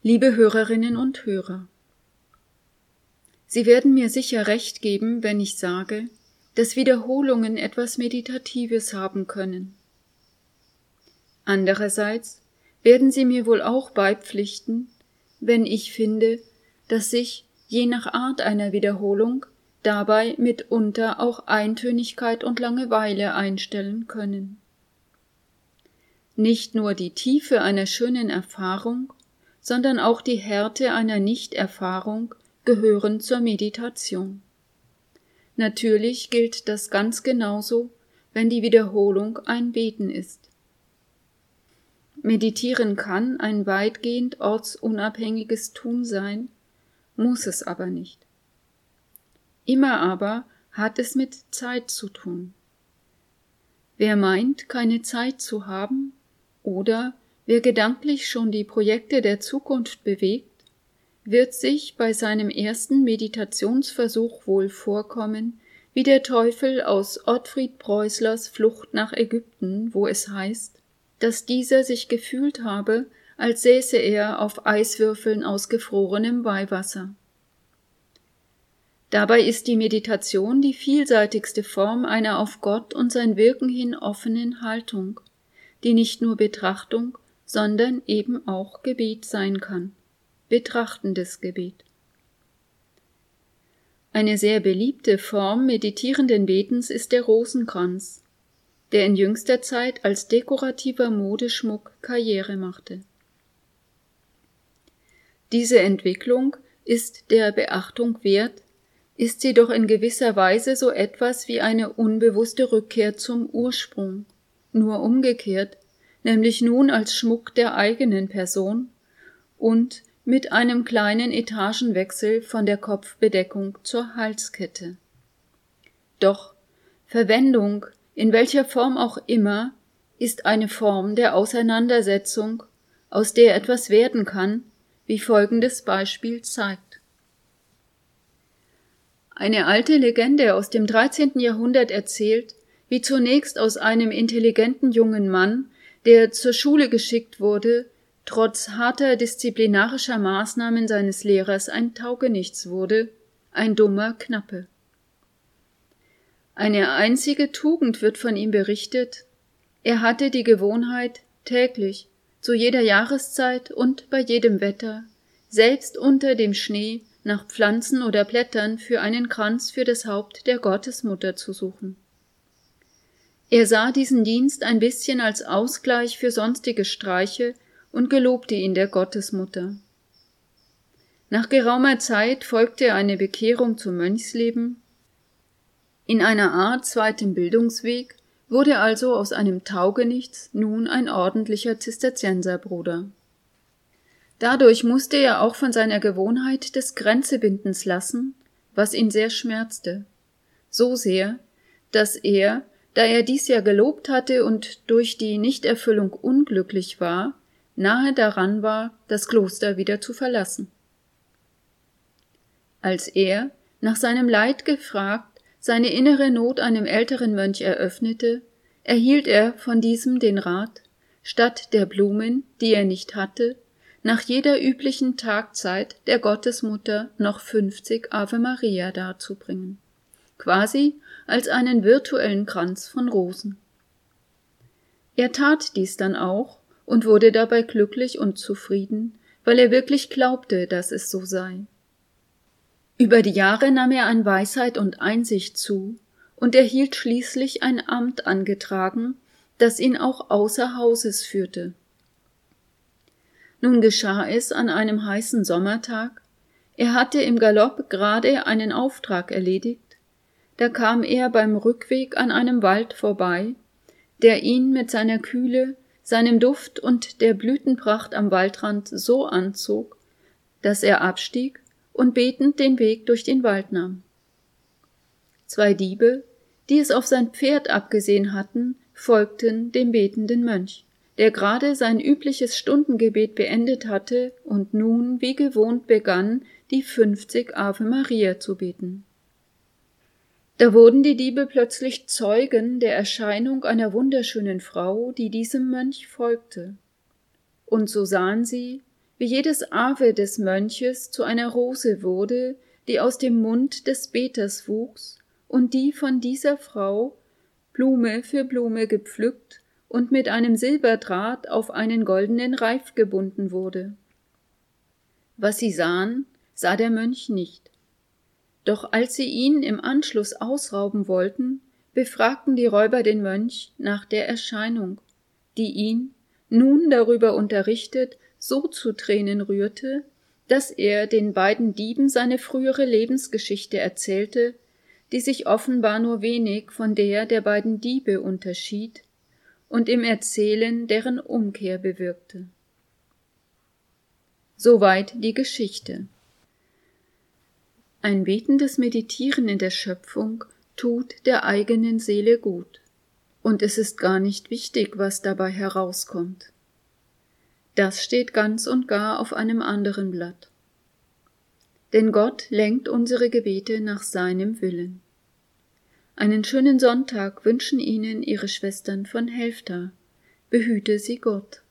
Liebe Hörerinnen und Hörer, Sie werden mir sicher recht geben, wenn ich sage, dass Wiederholungen etwas Meditatives haben können. Andererseits werden Sie mir wohl auch beipflichten, wenn ich finde, dass sich, je nach Art einer Wiederholung, dabei mitunter auch Eintönigkeit und Langeweile einstellen können. Nicht nur die Tiefe einer schönen Erfahrung, sondern auch die Härte einer Nichterfahrung gehören zur Meditation. Natürlich gilt das ganz genauso, wenn die Wiederholung ein Beten ist. Meditieren kann ein weitgehend ortsunabhängiges Tun sein, muss es aber nicht. Immer aber hat es mit Zeit zu tun. Wer meint, keine Zeit zu haben, oder wer gedanklich schon die Projekte der Zukunft bewegt, wird sich bei seinem ersten Meditationsversuch wohl vorkommen, wie der Teufel aus Ottfried Preußlers Flucht nach Ägypten, wo es heißt, dass dieser sich gefühlt habe, als säße er auf Eiswürfeln aus gefrorenem Weihwasser. Dabei ist die Meditation die vielseitigste Form einer auf Gott und sein Wirken hin offenen Haltung, die nicht nur Betrachtung, sondern eben auch Gebet sein kann, betrachtendes Gebet. Eine sehr beliebte Form meditierenden Betens ist der Rosenkranz, der in jüngster Zeit als dekorativer Modeschmuck Karriere machte. Diese Entwicklung ist der Beachtung wert, ist sie doch in gewisser Weise so etwas wie eine unbewusste Rückkehr zum Ursprung, nur umgekehrt, nämlich nun als Schmuck der eigenen Person und mit einem kleinen Etagenwechsel von der Kopfbedeckung zur Halskette. Doch Verwendung, in welcher Form auch immer, ist eine Form der Auseinandersetzung, aus der etwas werden kann, wie folgendes Beispiel zeigt. Eine alte Legende aus dem 13. Jahrhundert erzählt, wie zunächst aus einem intelligenten jungen Mann, der zur Schule geschickt wurde, trotz harter disziplinarischer Maßnahmen seines Lehrers ein Taugenichts wurde, ein dummer Knappe. Eine einzige Tugend wird von ihm berichtet: Er hatte die Gewohnheit, täglich, zu jeder Jahreszeit und bei jedem Wetter, selbst unter dem Schnee, nach Pflanzen oder Blättern für einen Kranz für das Haupt der Gottesmutter zu suchen. Er sah diesen Dienst ein bisschen als Ausgleich für sonstige Streiche und gelobte ihn der Gottesmutter. Nach geraumer Zeit folgte eine Bekehrung zum Mönchsleben. In einer Art zweitem Bildungsweg wurde also aus einem Taugenichts nun ein ordentlicher Zisterzienserbruder. Dadurch musste er auch von seiner Gewohnheit des Kränzebindens lassen, was ihn sehr schmerzte. So sehr, dass er, da er dies ja gelobt hatte und durch die Nichterfüllung unglücklich war, nahe daran war, das Kloster wieder zu verlassen. Als er, nach seinem Leid gefragt, seine innere Not einem älteren Mönch eröffnete, erhielt er von diesem den Rat, statt der Blumen, die er nicht hatte, nach jeder üblichen Tagzeit der Gottesmutter noch 50 Ave Maria darzubringen, quasi als einen virtuellen Kranz von Rosen. Er tat dies dann auch und wurde dabei glücklich und zufrieden, weil er wirklich glaubte, dass es so sei. Über die Jahre nahm er an Weisheit und Einsicht zu und erhielt schließlich ein Amt angetragen, das ihn auch außer Hauses führte. Nun geschah es an einem heißen Sommertag, er hatte im Galopp gerade einen Auftrag erledigt, da kam er beim Rückweg an einem Wald vorbei, der ihn mit seiner Kühle, seinem Duft und der Blütenpracht am Waldrand so anzog, dass er abstieg und betend den Weg durch den Wald nahm. 2 Diebe, die es auf sein Pferd abgesehen hatten, folgten dem betenden Mönch, der gerade sein übliches Stundengebet beendet hatte und nun wie gewohnt begann, die 50 Ave Maria zu beten. Da wurden die Diebe plötzlich Zeugen der Erscheinung einer wunderschönen Frau, die diesem Mönch folgte. Und so sahen sie, wie jedes Ave des Mönches zu einer Rose wurde, die aus dem Mund des Beters wuchs und die von dieser Frau Blume für Blume gepflückt und mit einem Silberdraht auf einen goldenen Reif gebunden wurde. Was sie sahen, sah der Mönch nicht. Doch als sie ihn im Anschluss ausrauben wollten, befragten die Räuber den Mönch nach der Erscheinung, die ihn, nun darüber unterrichtet, so zu Tränen rührte, dass er den beiden Dieben seine frühere Lebensgeschichte erzählte, die sich offenbar nur wenig von der beiden Diebe unterschied und im Erzählen deren Umkehr bewirkte. Soweit die Geschichte. Ein betendes Meditieren in der Schöpfung tut der eigenen Seele gut, und es ist gar nicht wichtig, was dabei herauskommt. Das steht ganz und gar auf einem anderen Blatt. Denn Gott lenkt unsere Gebete nach seinem Willen. Einen schönen Sonntag wünschen Ihnen Ihre Schwestern von Helfta. Behüte Sie Gott.